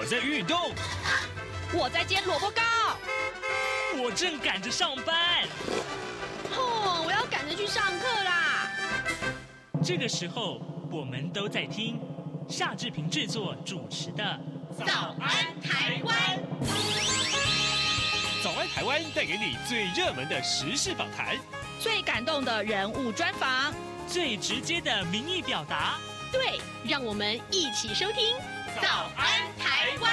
在运动， 我在煎萝卜糕， 我正赶着上班。 我要赶着去上课啦。 这个时候，我们都在听夏志平制作主持的《 早安台湾》。 早安台湾带给你最热门的时事访谈， 最感动的人物专访， 最直接的民意表达。 对，让我们一起收听《早安台湾》。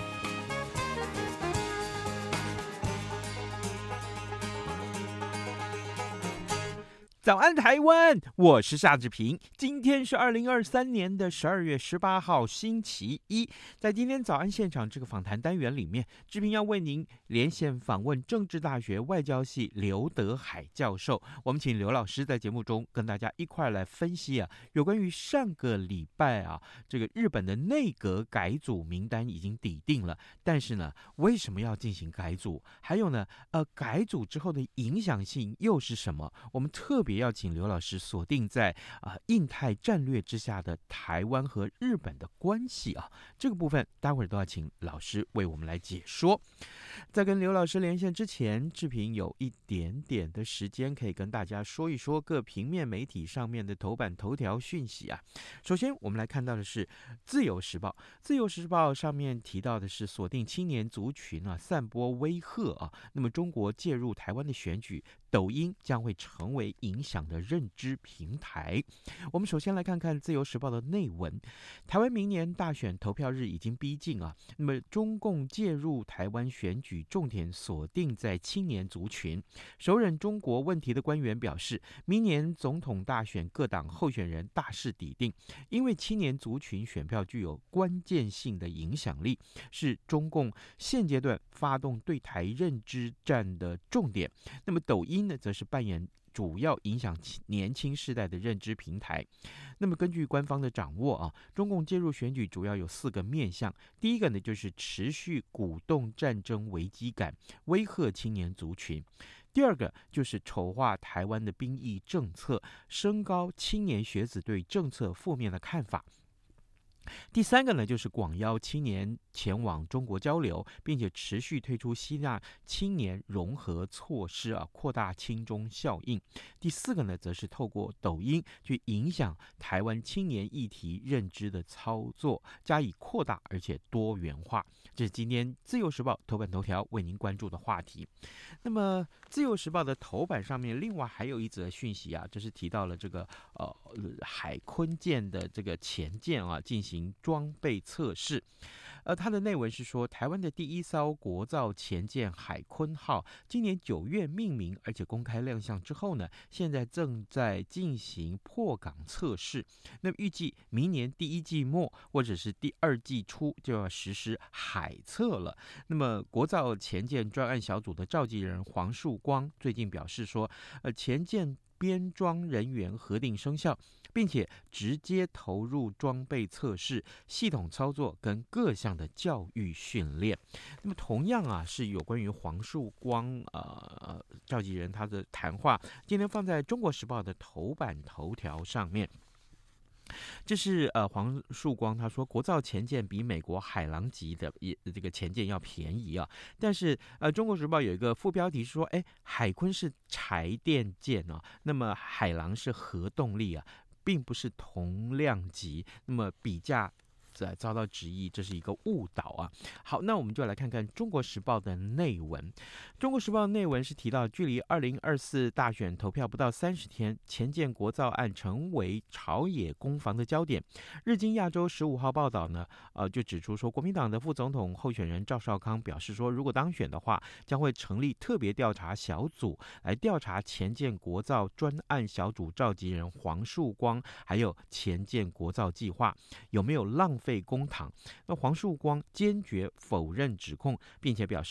早安台湾，我是夏志平。今天是2023年的12月18号，星期一。在今天早安现场这个访谈单元里面，志平要为您连线访问政治大学外交系刘德海教授。我们请刘老师在节目中跟大家一块来分析有关于上个礼拜这个日本的内阁改组名单已经底定了，但是呢，为什么要进行改组？还有呢，改组之后的影响性又是什么？我们特别要请刘老师锁定在印太战略之下的台湾和日本的关系这个部分待会儿都要请老师为我们来解说。在跟刘老师连线之前，志平有一点点的时间可以跟大家说一说各平面媒体上面的头版头条讯息首先我们来看到的是自由时报，自由时报上面提到的是锁定青年族群散播威吓那么中国介入台湾的选举，抖音将会成为影响的认知平台。我们首先来看看自由时报的内文。台湾明年大选投票日已经逼近那么中共介入台湾选举重点锁定在青年族群。首任中国问题的官员表示，明年总统大选各党候选人大势已定，因为青年族群选票具有关键性的影响力，是中共现阶段发动对台认知战的重点。那么抖音呢，则是扮演主要影响年轻世代的认知平台。那么根据官方的掌握中共介入选举主要有4个面向。第一个呢，就是持续鼓动战争危机感，威吓青年族群。第二个就是丑化台湾的兵役政策，升高青年学子对政策负面的看法。第三个呢，就是广邀青年前往中国交流，并且持续推出吸纳青年融合措施扩大青中效应。第四个呢，则是透过抖音去影响台湾青年议题认知的操作，加以扩大而且多元化。这是今天自由时报头版头条为您关注的话题。那么自由时报的头版上面另外还有一则讯息就是提到了这个海鲲舰的这个前舰进行装备测试。它的内文是说，台湾的第一艘国造前舰海鲲号今年9月命名而且公开亮相之后呢，现在正在进行破港测试。那么预计明年第1季末或者是第2季初就要实施海测了。那么国造前舰专案小组的召集人黄树光最近表示说，前舰编装人员核定生效，并且直接投入装备测试、系统操作跟各项的教育训练。那么同样是有关于黄树光召集人他的谈话，今天放在中国时报的头版头条上面。这是黄树光他说，国造前舰比美国海狼级的这个前舰要便宜但是中国时报有一个副标题说，海鲲是柴电舰那么海狼是核动力并不是同量级，那么比价遭到质疑，这是一个误导好，那我们就来看看中国时报的内文。中国时报的内文是提到，距离2024大选投票不到30天，前舰国造案成为朝野攻防的焦点。日经亚洲15号报道呢，就指出说，国民党的副总统候选人赵少康表示说，如果当选的话，将会成立特别调查小组来调查前舰国造专案小组召集人黄树光，还有前舰国造计划有没有浪费公帑。那黄树光坚决否认指控，并且表示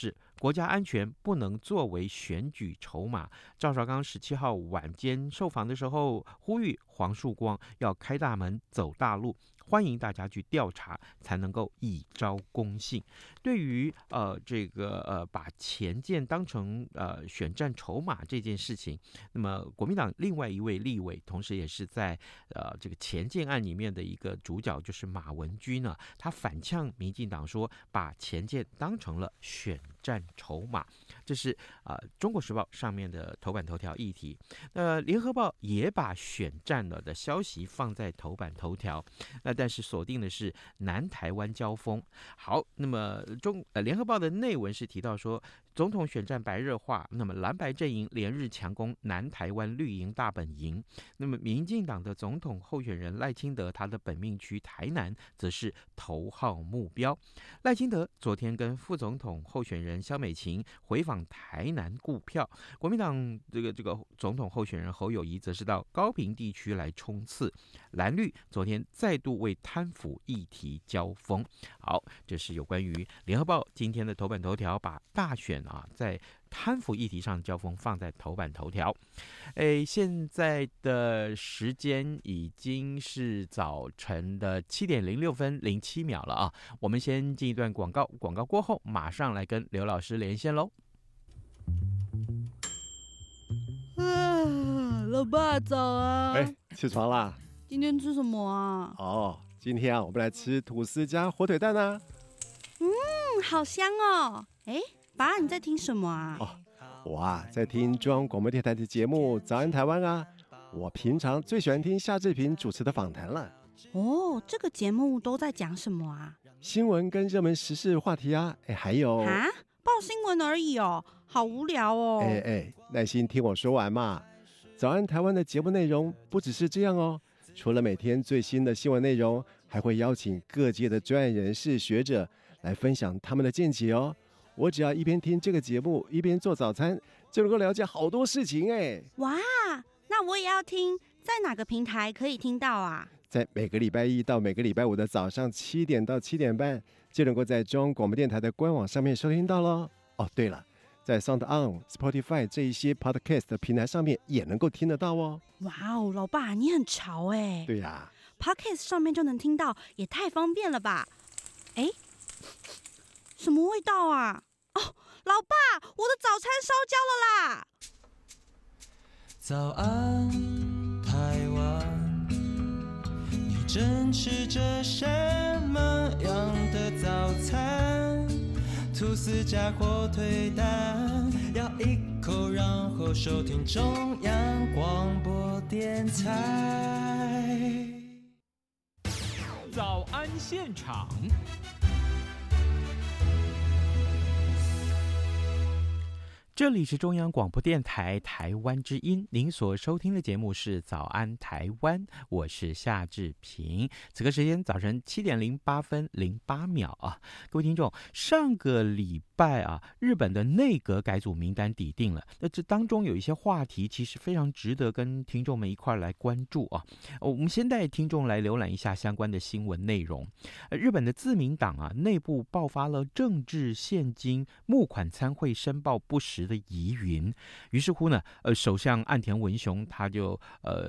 国家安全不能作为选举筹码。赵少康17号晚间受访的时候，呼吁黄树光要开大门走大路，欢迎大家去调查，才能够以昭公信。对于把钱建当成选战筹码这件事情，那么国民党另外一位立委，同时也是在这个钱建案里面的一个主角，就是马文君呢，他反呛民进党说，把钱建当成了选战筹码。这是中国时报上面的头版头条议题。联合报也把选战了的消息放在头版头条，但是锁定的是南台湾交锋。好，那么联合报的内文是提到说，总统选战白热化，那么蓝白阵营连日强攻南台湾绿营大本营。那么民进党的总统候选人赖清德，他的本命区台南则是头号目标。赖清德昨天跟副总统候选人萧美琴回访台南顾票，国民党这个总统候选人侯友宜则是到高屏地区来冲刺。蓝绿昨天再度为贪腐议题交锋。好，这是有关于联合报今天的头版头条，把大选在贪腐议题上的交锋放在头版头条。现在的时间已经是早晨的7点06分07秒了啊！我们先进一段广告，广告过后马上来跟刘老师连线喽。 老爸早啊！ 起床啦！ 今天吃什么啊？ 今天我们来吃吐司加火腿蛋啊！ 好香哦！爸，你在听什么啊？ 我在听中央广播电台的节目《早安台湾》啊。我平常最喜欢听夏志平主持的访谈了。 这个节目都在讲什么啊？ 新闻跟热门时事话题啊，还有报新闻而已哦，好无聊哦。 耐心听我说完嘛。早安台湾的节目内容不只是这样哦，除了每天最新的新闻内容，还会邀请各界的专业人士、学者来分享他们的见解哦。我只要一边听这个节目，一边做早餐，就能够了解好多事情哎。 哇，那我也要听，在哪个平台可以听到啊？ 在每个礼拜一到每个礼拜五的早上7点到7点半，就能够在中央广播电台的官网上面收听到咯。对了，在 SoundOn、Spotify 这一些 Podcast 的平台上面也能够听得到哦。 哇哦，老爸你很潮哎。 对呀 ，Podcast 上面就能听到，也太方便了吧？什么味道啊？老爸，我的早餐烧焦了啦！ 早安，台湾，你正吃着什么样的早餐？吐司加火腿蛋，咬一口，然后收听中央广播电台。 早安现场。 这里是中央广播电台台湾之音，您所收听的节目是早安台湾，我是夏志平。此刻时间早晨7点08分08秒啊，各位听众，上个礼拜日本的内阁改组名单底定了，那这当中有一些话题其实非常值得跟听众们一块来关注啊。我们先带听众来浏览一下相关的新闻内容。日本的自民党内部爆发了政治现金募款参会申报不实的疑云，于是乎呢，首相岸田文雄他就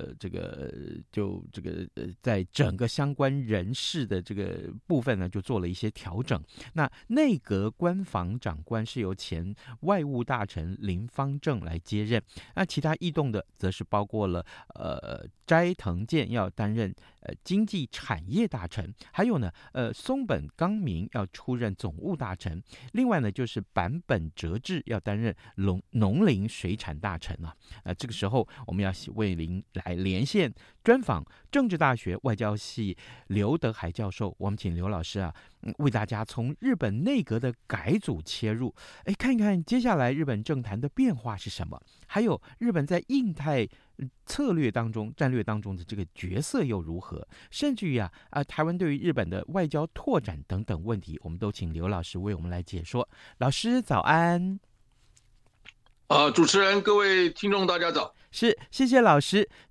在整个相关人事的这个部分呢，就做了一些调整。那内阁官房长官是由前外务大臣林芳正来接任，那其他异动的则是包括了斋藤健要担任经济产业大臣，还有呢松本刚明要出任总务大臣，另外呢就是坂本哲志要担任农林水产大臣这个时候我们要为您来连线专访政治大学外交系刘德海教授，我们请刘老师为大家从日本内阁的改组切入，看一看接下来日本政坛的变化是什么，还有日本在印太策略当中、战略当中的这个角色又如何，甚至于台湾对于日本的外交拓展等等问题，我们都请刘老师为我们来解说。老师早安。 主持人，各位听众大家早。 是，谢谢老师。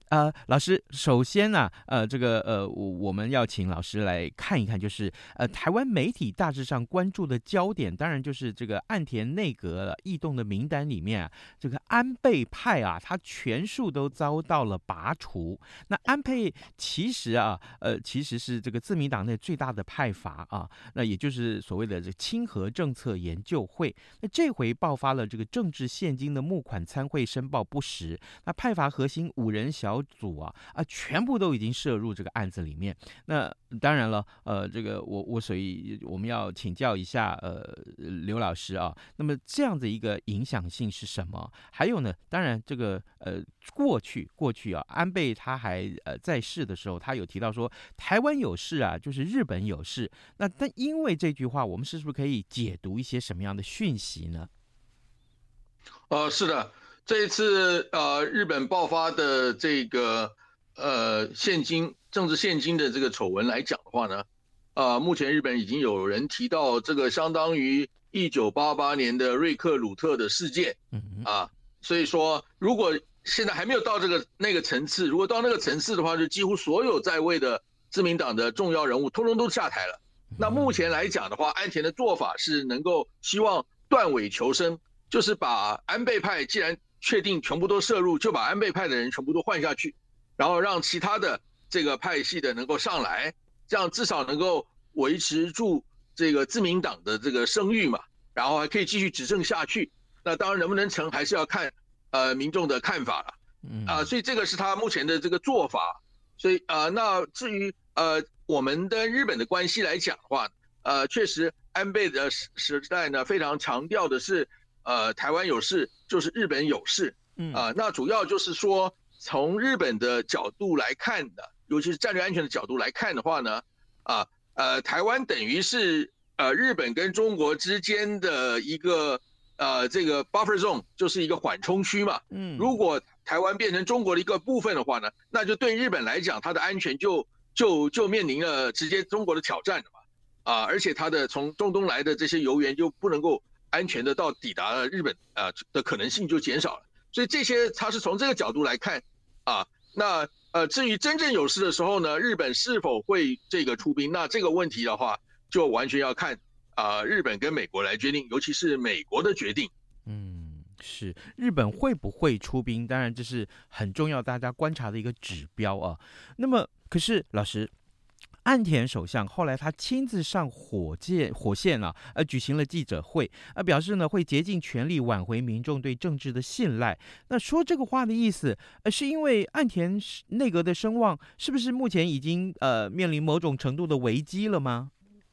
老师，首先呢，我们要请老师来看一看，就是台湾媒体大致上关注的焦点，当然就是这个岸田内阁异动的名单里面这个安倍派他全数都遭到了拔除。那安倍其实是这个自民党内最大的派阀那也就是所谓的这亲和政策研究会。那这回爆发了这个政治现金的募款参会申报不实，那派阀核心5人小组全部都已经涉入这个案子里面。那当然了，所以我们要请教一下刘老师那么这样的一个影响性是什么？还有呢，当然这个过去安倍他还在世的时候，他有提到说台湾有事就是日本有事。那但因为这句话，我们是不是可以解读一些什么样的讯息呢？ 是的。这一次日本爆发的这个政治现金的这个丑闻来讲的话呢，目前日本已经有人提到这个相当于1988年的瑞克鲁特的事件所以说如果现在还没有到那个层次，如果到那个层次的话，就几乎所有在位的自民党的重要人物通通都下台了。那目前来讲的话，岸田的做法是能够希望断尾求生，就是把安倍派既然确定全部都涉入，就把安倍派的人全部都换下去，然后让其他的这个派系的能够上来，这样至少能够维持住这个自民党的这个声誉嘛，然后还可以继续执政下去。那当然能不能成还是要看民众的看法了所以这个是他目前的这个做法。所以那至于我们跟日本的关系来讲的话，确实安倍的时代呢非常强调的是台湾有事就是日本有事那主要就是说从日本的角度来看的，尤其是战略安全的角度来看的话呢台湾等于是日本跟中国之间的一个这个 buffer zone， 就是一个缓冲区嘛如果台湾变成中国的一个部分的话呢，那就对日本来讲它的安全就面临了直接中国的挑战了嘛而且它的从中东来的这些油源就不能够安全的到抵达了日本的可能性就减少了。所以这些它是从这个角度来看那至于真正有事的时候呢，日本是否会这个出兵，那这个问题的话就完全要看日本跟美国来决定，尤其是美国的决定。 是日本会不会出兵，当然这是很重要大家观察的一个指标那么可是老师，岸田首相后来他亲自上火线举行了记者会表示呢会竭尽全力挽回民众对政治的信赖。那说这个话的意思是因为岸田内阁的声望是不是目前已经面临某种程度的危机了吗？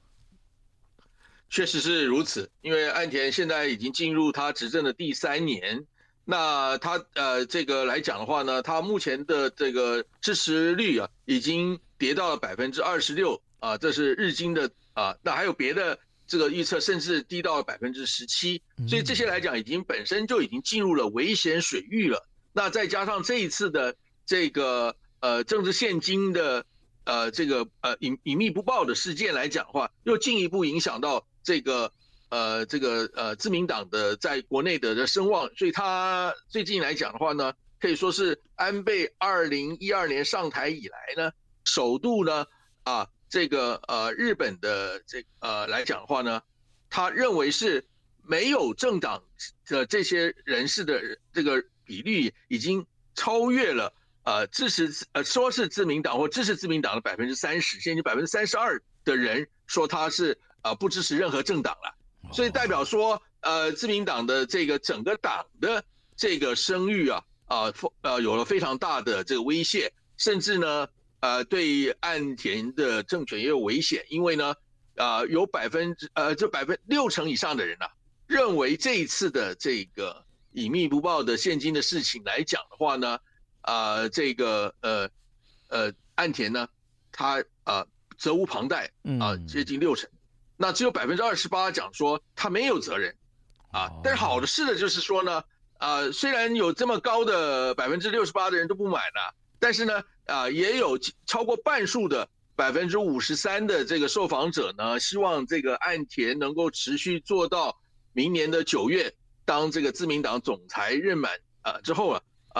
确实是如此，因为岸田现在已经进入他执政的第3年，那他这个来讲的话呢，他目前的这个支持率已经跌到了26%这是日经的那还有别的这个预测甚至低到了17%，所以这些来讲本身就已经进入了危险水域了。那再加上这一次的这个政治现金的这个隐秘不报的事件来讲的话，又进一步影响到这个自民党的在国内的声望。所以他最近来讲的话呢，可以说是安倍2012年上台以来呢，首度呢这个日本的来讲的话呢，他认为是没有政党的这些人士的这个比例已经超越了支持说是自民党或支持自民党的30%，现在32%的人说他是不支持任何政党了。所以代表说自民党的这个整个党的这个声誉有了非常大的这个威胁，甚至呢对岸田的政权也有危险。因为呢有60%以上的人认为这一次的这个隐秘不报的现金的事情来讲的话呢这个岸田呢他责无旁贷接近60%，那只有28%讲说他没有责任但是好的是的就是说呢虽然有这么高的68%的人都不买了，但是呢也有超过半数的53%的这个受访者呢希望这个岸田能够持续做到明年的9月，当这个自民党总裁任满之后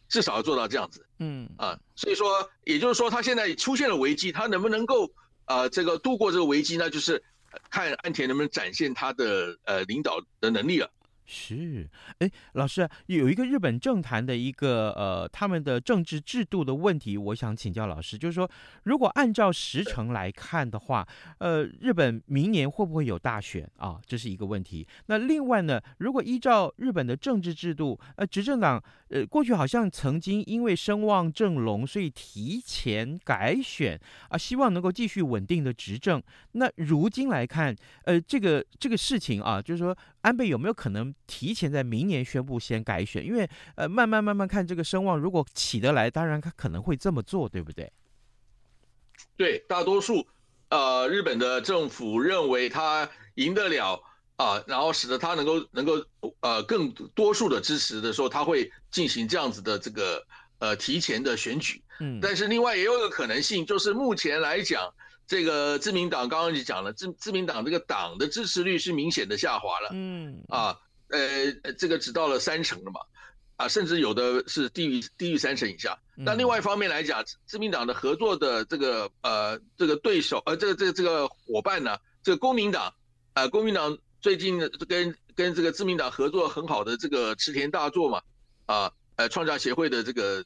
至少要做到这样子。所以说，也就是说，他现在出现了危机，他能不能够这个度过这个危机呢？就是看岸田能不能展现他的领导的能力了。 是，老师，有一个日本政坛的一个他们的政治制度的问题，我想请教老师，就是说，如果按照时程来看的话，日本明年会不会有大选啊？这是一个问题。那另外呢，如果依照日本的政治制度，执政党过去好像曾经因为声望正隆，所以提前改选啊，希望能够继续稳定的执政。那如今来看，这个事情啊，就是说安倍有没有可能提前在明年宣布先改选？因为慢慢看这个声望，如果起得来，当然他可能会这么做，对不对？ 对，大多数日本的政府认为他赢得了然后使得他能够更多数的支持的时候，他会进行这样子的这个提前的选举。但是另外也有一个可能性，就是目前来讲，这个自民党刚刚就讲了，自民党这个党的支持率是明显的下滑了。这个只到了30%了嘛，甚至有的是低于30%以下。那另外一方面来讲，自民党的合作的这个对手这个伙伴呢，这个公民党最近跟这个自民党合作很好的这个池田大作嘛，创价协会的这个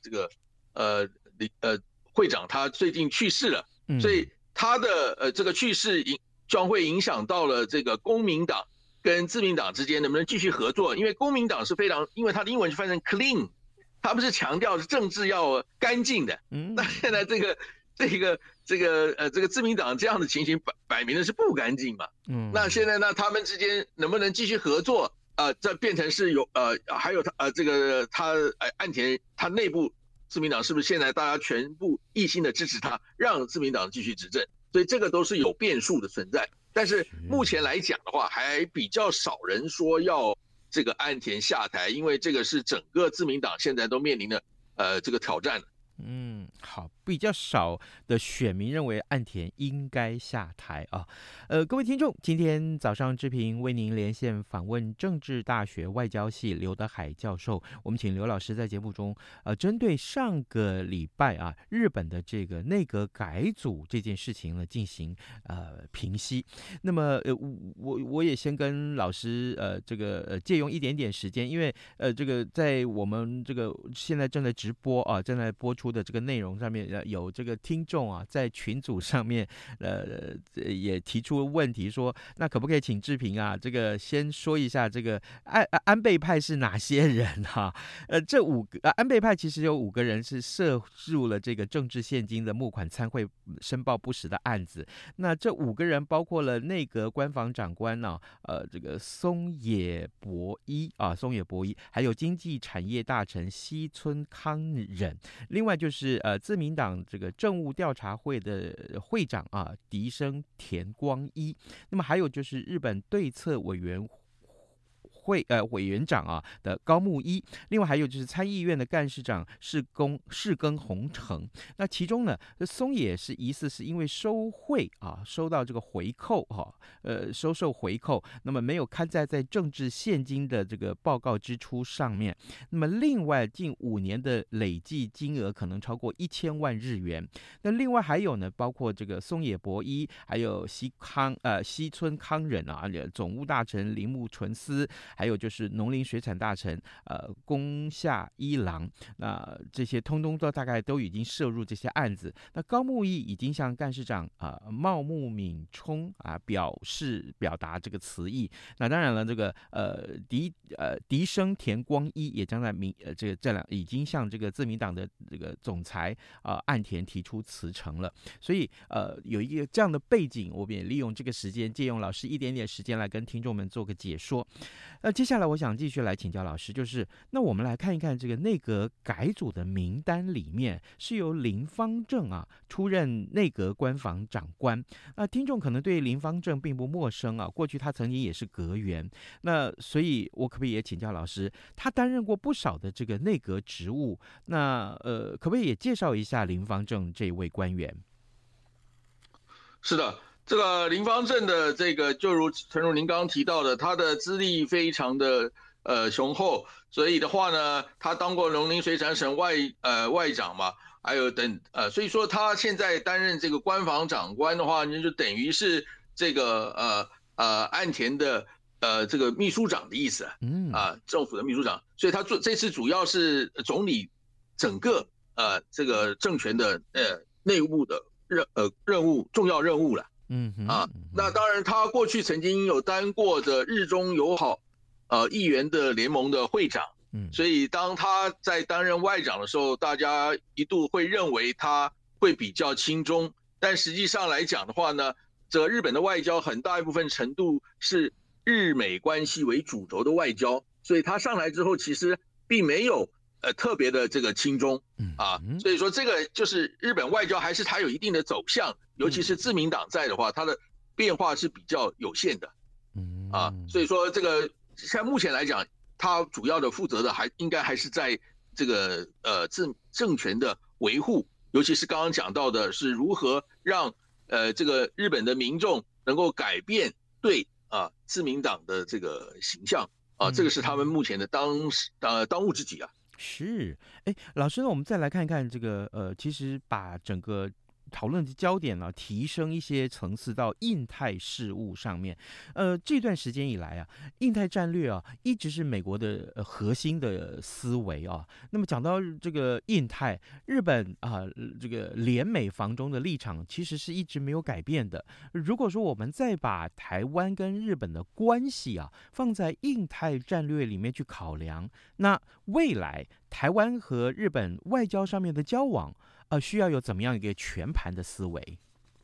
会长，他最近去世了，所以他的这个去世将会影响到了这个公民党跟自民党之间能不能继续合作，因为公民党是因为他的英文就翻成 clean， 他不是强调政治要干净的，那现在这个自民党这样的情形摆明的是不干净嘛。那现在呢，他们之间能不能继续合作？这变成是有还有他岸田他内部自民党是不是现在大家全部一心的支持他，让自民党继续执政？所以这个都是有变数的存在。但是目前来讲的话，还比较少人说要这个岸田下台，因为这个是整个自民党现在都面临的这个挑战。 好，比较少的选民认为岸田应该下台啊。各位听众，今天早上志平为您连线访问政治大学外交系刘德海教授，我们请刘老师在节目中针对上个礼拜日本的这个内阁改组这件事情呢进行评析。那么我也先跟老师借用一点点时间，因为这个在我们这个现在正在直播正在播出的这个内容上面，有这个听众在群组上面也提出问题说，那可不可以请志平这个先说一下这个安倍派是哪些人这安倍派其实有5个人是涉入了这个政治现金的募款参会申报不实的案子。那这5个人包括了内阁官房长官这个松野博一，还有经济产业大臣西村康稔，另外就是自民党这个政务调查会的会长萩生田光一，那么还有就是日本对策委员会委员长的高木一，另外还有就是参议院的干事长世耕弘成。那其中呢，松野是疑似是因为收贿收到这个回扣收受回扣，那么没有刊载在政治现金的这个报告支出上面。那么另外近5年的累计金额可能超过1000万日元。那另外还有呢，包括这个松野博一，还有西村康稔总务大臣铃木纯司，还有就是农林水产大臣宫下一郎，那这些通通都大概都已经涉入这些案子。那高木一已经向干事长茂木敏充表达这个辞意。那当然了，这个萩生田光一也将在已经向这个自民党的这个总裁岸田提出辞呈了。所以有一个这样的背景，我们也利用这个时间，借用老师一点点时间来跟听众们做个解说。接下来我想继续来请教老师，就是那我们来看一看这个内阁改组的名单里面是由林芳正出任内阁官房长官。听众可能对林芳正并不陌生过去他曾经也是阁员。那所以我可不可以也请教老师，他担任过不少的这个内阁职务，那可不可以也介绍一下林芳正这位官员？ 是的，这个林芳正的这个诚如您刚刚提到的，他的资历非常的雄厚，所以的话呢，他当过农林水产省外长嘛，还有所以说他现在担任这个官房长官的话，就等于是这个岸田的这个秘书长的意思政府的秘书长，所以他这次主要是总理整个这个政权的内务的重要任务了。那当然他过去曾经有担过的日中友好议员的联盟的会长，所以当他在担任外长的时候，大家一度会认为他会比较亲中，但实际上来讲的话呢，这日本的外交很大一部分程度是日美关系为主轴的外交，所以他上来之后其实并没有特别的这个亲中所以说这个就是日本外交还是它有一定的走向，尤其是自民党在的话，它的变化是比较有限的所以说这个像目前来讲，他主要的负责的应该还是在这个政权的维护，尤其是刚刚讲到的是如何让这个日本的民众能够改变对自民党的这个形象这个是他们目前的当务之急是，老师呢，我们再来看看这个其实把整个讨论的焦点提升一些层次到印太事务上面。这段时间以来印太战略一直是美国的核心的思维那么讲到这个印太，日本这个联美防中的立场其实是一直没有改变的。如果说我们再把台湾跟日本的关系放在印太战略里面去考量，那未来台湾和日本外交上面的交往需要有怎么样一个全盘的思维？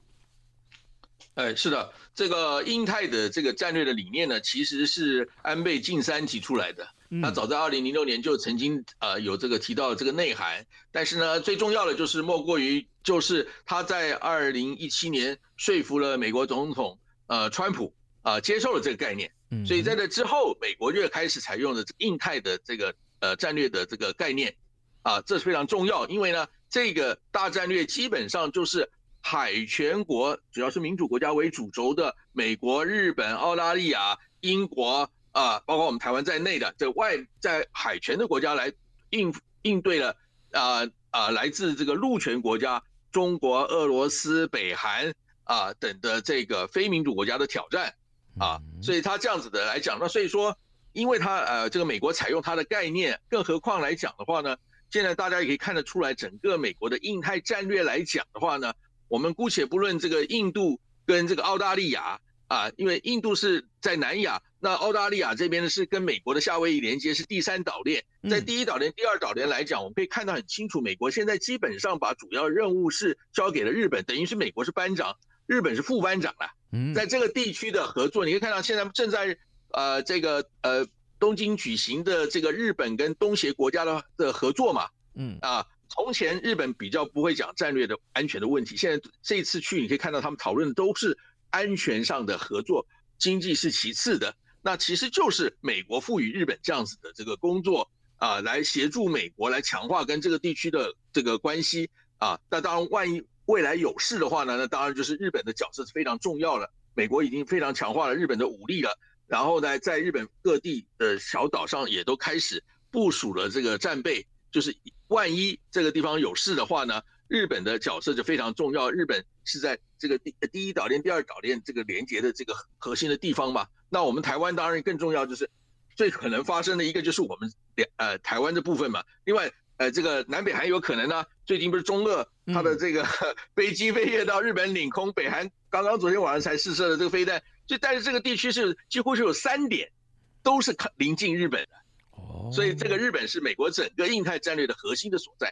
是的，这个印太的这个战略的理念呢，其实是安倍晋三提出来的。他早在2006年就曾经有这个提到这个内涵，但是呢，最重要的就是莫过于就是他在2017年说服了美国总统川普接受了这个概念，所以在这之后，美国就开始采用了印太的这个战略的这个概念这是非常重要，因为呢，这个大战略基本上就是海权国，主要是民主国家为主轴的美国、日本、澳大利亚、英国包括我们台湾在内的在海权的国家来应对了来自这个陆权国家中国、俄罗斯、北韩等的这个非民主国家的挑战所以他这样子的来讲，那所以说，因为他这个美国采用他的概念，更何况来讲的话呢，现在大家也可以看得出来，整个美国的印太战略来讲的话呢，我们姑且不论这个印度跟这个澳大利亚因为印度是在南亚，那澳大利亚这边呢是跟美国的夏威夷连接，是第三岛链。在第一岛链、第二岛链来讲，我们可以看到很清楚，美国现在基本上把主要任务是交给了日本，等于是美国是班长，日本是副班长了。在这个地区的合作，你可以看到现在正在这个东京举行的这个日本跟东协国家的合作嘛，从前日本比较不会讲战略的安全的问题，现在这一次去你可以看到他们讨论的都是安全上的合作，经济是其次的。那其实就是美国赋予日本这样子的这个工作来协助美国来强化跟这个地区的这个关系那当然万一未来有事的话呢，那当然就是日本的角色是非常重要了。美国已经非常强化了日本的武力了，然后呢，在日本各地的小岛上也都开始部署了这个战备，就是万一这个地方有事的话呢，日本的角色就非常重要。日本是在这个第一岛链、第二岛链这个连接的这个核心的地方嘛。那我们台湾当然更重要，就是最可能发生的一个就是我们台湾这部分嘛。另外这个南北韩有可能呢，最近不是中俄它的这个飞机飞越到日本领空，北韩刚刚昨天晚上才试射的这个飞弹，但是这个地区是几乎是有3点都是临近日本的，所以这个日本是美国整个印太战略的核心的所在。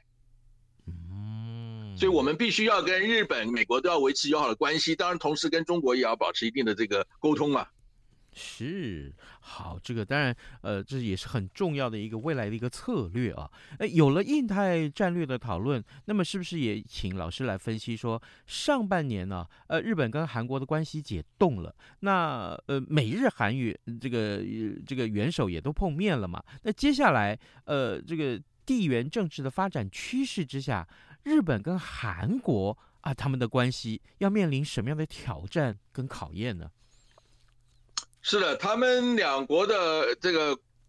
所以我们必须要跟日本、美国都要维持友好的关系，当然同时跟中国也要保持一定的这个沟通嘛。 是，好，这个当然，这也是很重要的一个未来的一个策略有了印太战略的讨论，那么是不是也请老师来分析说，上半年呢，日本跟韩国的关系解冻了，那美日韩这个元首也都碰面了嘛？那接下来这个地缘政治的发展趋势之下，日本跟韩国他们的关系要面临什么样的挑战跟考验呢？ 是的，他们两国的这个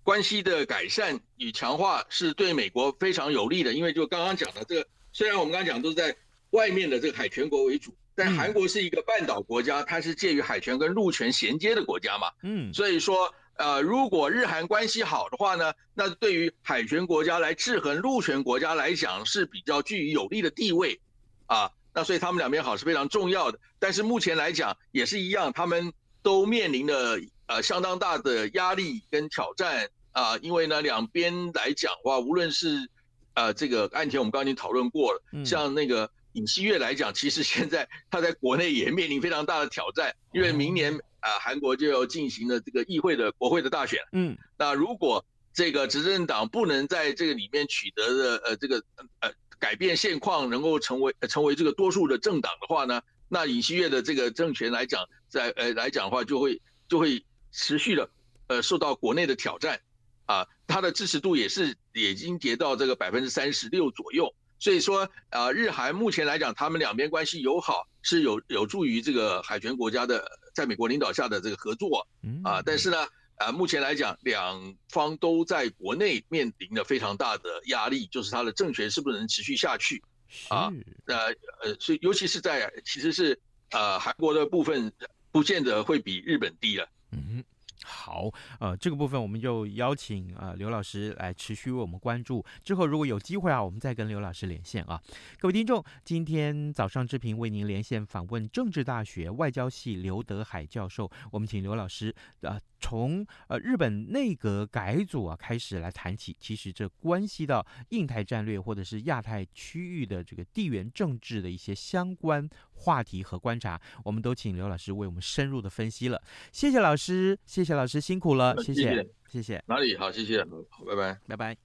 关系的改善与强化是对美国非常有利的，因为就刚刚讲的这个，虽然我们刚刚讲都是在外面的这个海权国为主，但韩国是一个半岛国家，它是介于海权跟陆权衔接的国家嘛，所以说如果日韩关系好的话呢，那对于海权国家来制衡陆权国家来讲是比较具有利的地位啊，那所以他们两边好是非常重要的，但是目前来讲也是一样，他们都面临了相当大的压力跟挑战。因为呢，两边来讲的话，无论是这个岸田，我们刚刚已经讨论过了，像那个尹锡悦来讲，其实现在他在国内也面临非常大的挑战，因为明年韩国就要进行了这个议会的国会的大选，那如果这个执政党不能在这个里面取得的这个改变现况，能够成为这个多数的政党的话呢，那尹锡悦的这个政权来讲，来讲的话，就会持续的受到国内的挑战。他的支持度也已经跌到这个36%左右，所以说日韩目前来讲，他们两边关系友好，是有助于这个海权国家的在美国领导下的这个合作但是呢目前来讲，两方都在国内面临了非常大的压力，就是他的政权是不是能持续下去所以尤其是其实是韩国的部分不见得会比日本低了。 好，这个部分我们就邀请刘老师来持续为我们关注。之后如果有机会我们再跟刘老师连线啊。各位听众，今天早上志平为您连线访问政治大学外交系刘德海教授，我们请刘老师从日本内阁改组开始来谈起，其实这关系到印太战略或者是亚太区域的这个地缘政治的一些相关话题和观察，我们都请刘老师为我们深入的分析了。谢谢老师，谢谢老师辛苦了，谢谢。 哪里好，谢谢，好，拜拜， 拜拜。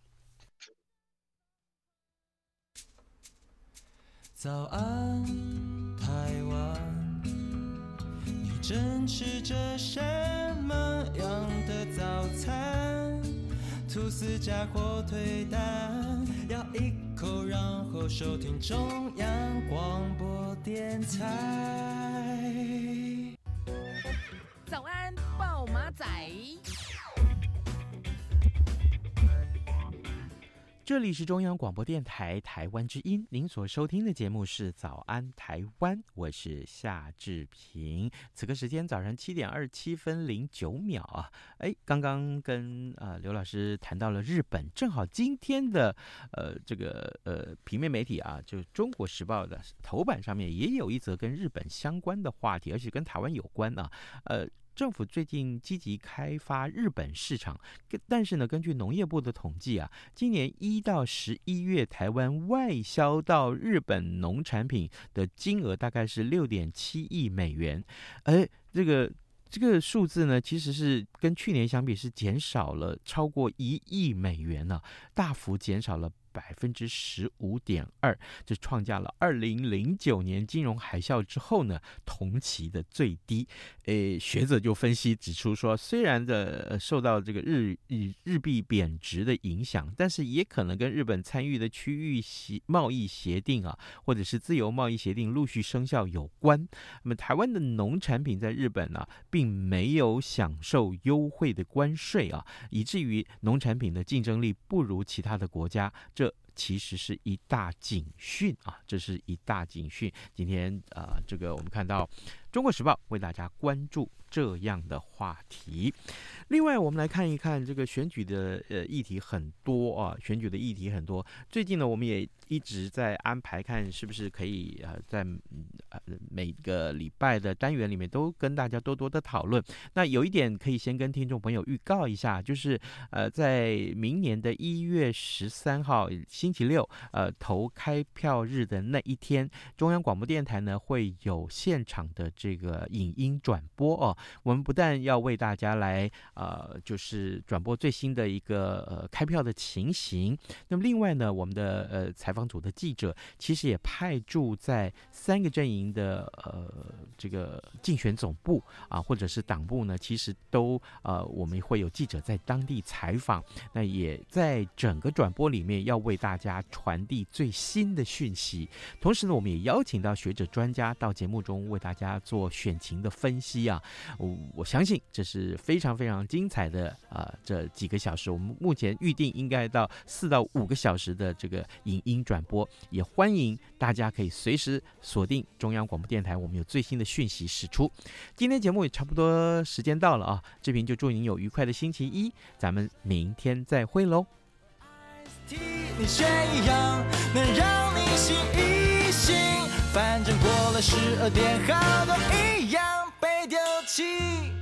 早安，台湾，你正吃着什么样的早餐？吐司加火腿蛋，咬一口，然后收听中央广播电台。 早安，暴马仔。 这里是中央广播电台台湾之音，您所收听的节目是早安台湾，我是夏志平。此刻时间早上7点27分09秒刚刚跟刘老师谈到了日本，正好今天的这个平面媒体就中国时报的头版上面也有一则跟日本相关的话题，而且跟台湾有关政府最近积极开发日本市场，但是呢，根据农业部的统计今年1到11月，台湾外销到日本农产品的金额大概是6.7亿美元，这个数字呢，其实是跟去年相比是减少了超过1亿美元大幅减少了15.2%，这创下了2009年金融海啸之后呢同期的最低。学者就分析指出说，虽然受到这个日币贬值的影响，但是也可能跟日本参与的区域贸易协定或者是自由贸易协定陆续生效有关。那么台湾的农产品在日本并没有享受优惠的关税以至于农产品的竞争力不如其他的国家，这其实是一大警讯这是一大警讯。今天这个我们看到中国时报为大家关注这样的话题。另外我们来看一看这个选举的议题很多选举的议题很多。最近呢我们也一直在安排看是不是可以在每个礼拜的单元里面都跟大家多多的讨论。那有一点可以先跟听众朋友预告一下，就是在明年的1月13号星期六投开票日的那一天，中央广播电台呢会有现场的这个影音转播我们不但要为大家来就是转播最新的一个开票的情形，那么另外呢我们的采访组的记者其实也派驻在3个阵营的这个竞选总部或者是党部呢，其实都我们会有记者在当地采访，那也在整个转播里面要为大大家传递最新的讯息。同时呢，我们也邀请到学者专家到节目中为大家做选情的分析啊。我相信这是非常非常精彩的这几个小时，我们目前预定应该到4到5个小时的这个影音转播，也欢迎大家可以随时锁定中央广播电台，我们有最新的讯息释出。今天节目也差不多时间到了啊，志平就祝您有愉快的星期一，咱们明天再会喽。 你却一样能让你醒一醒，反正过了12点，好多一样被丢弃。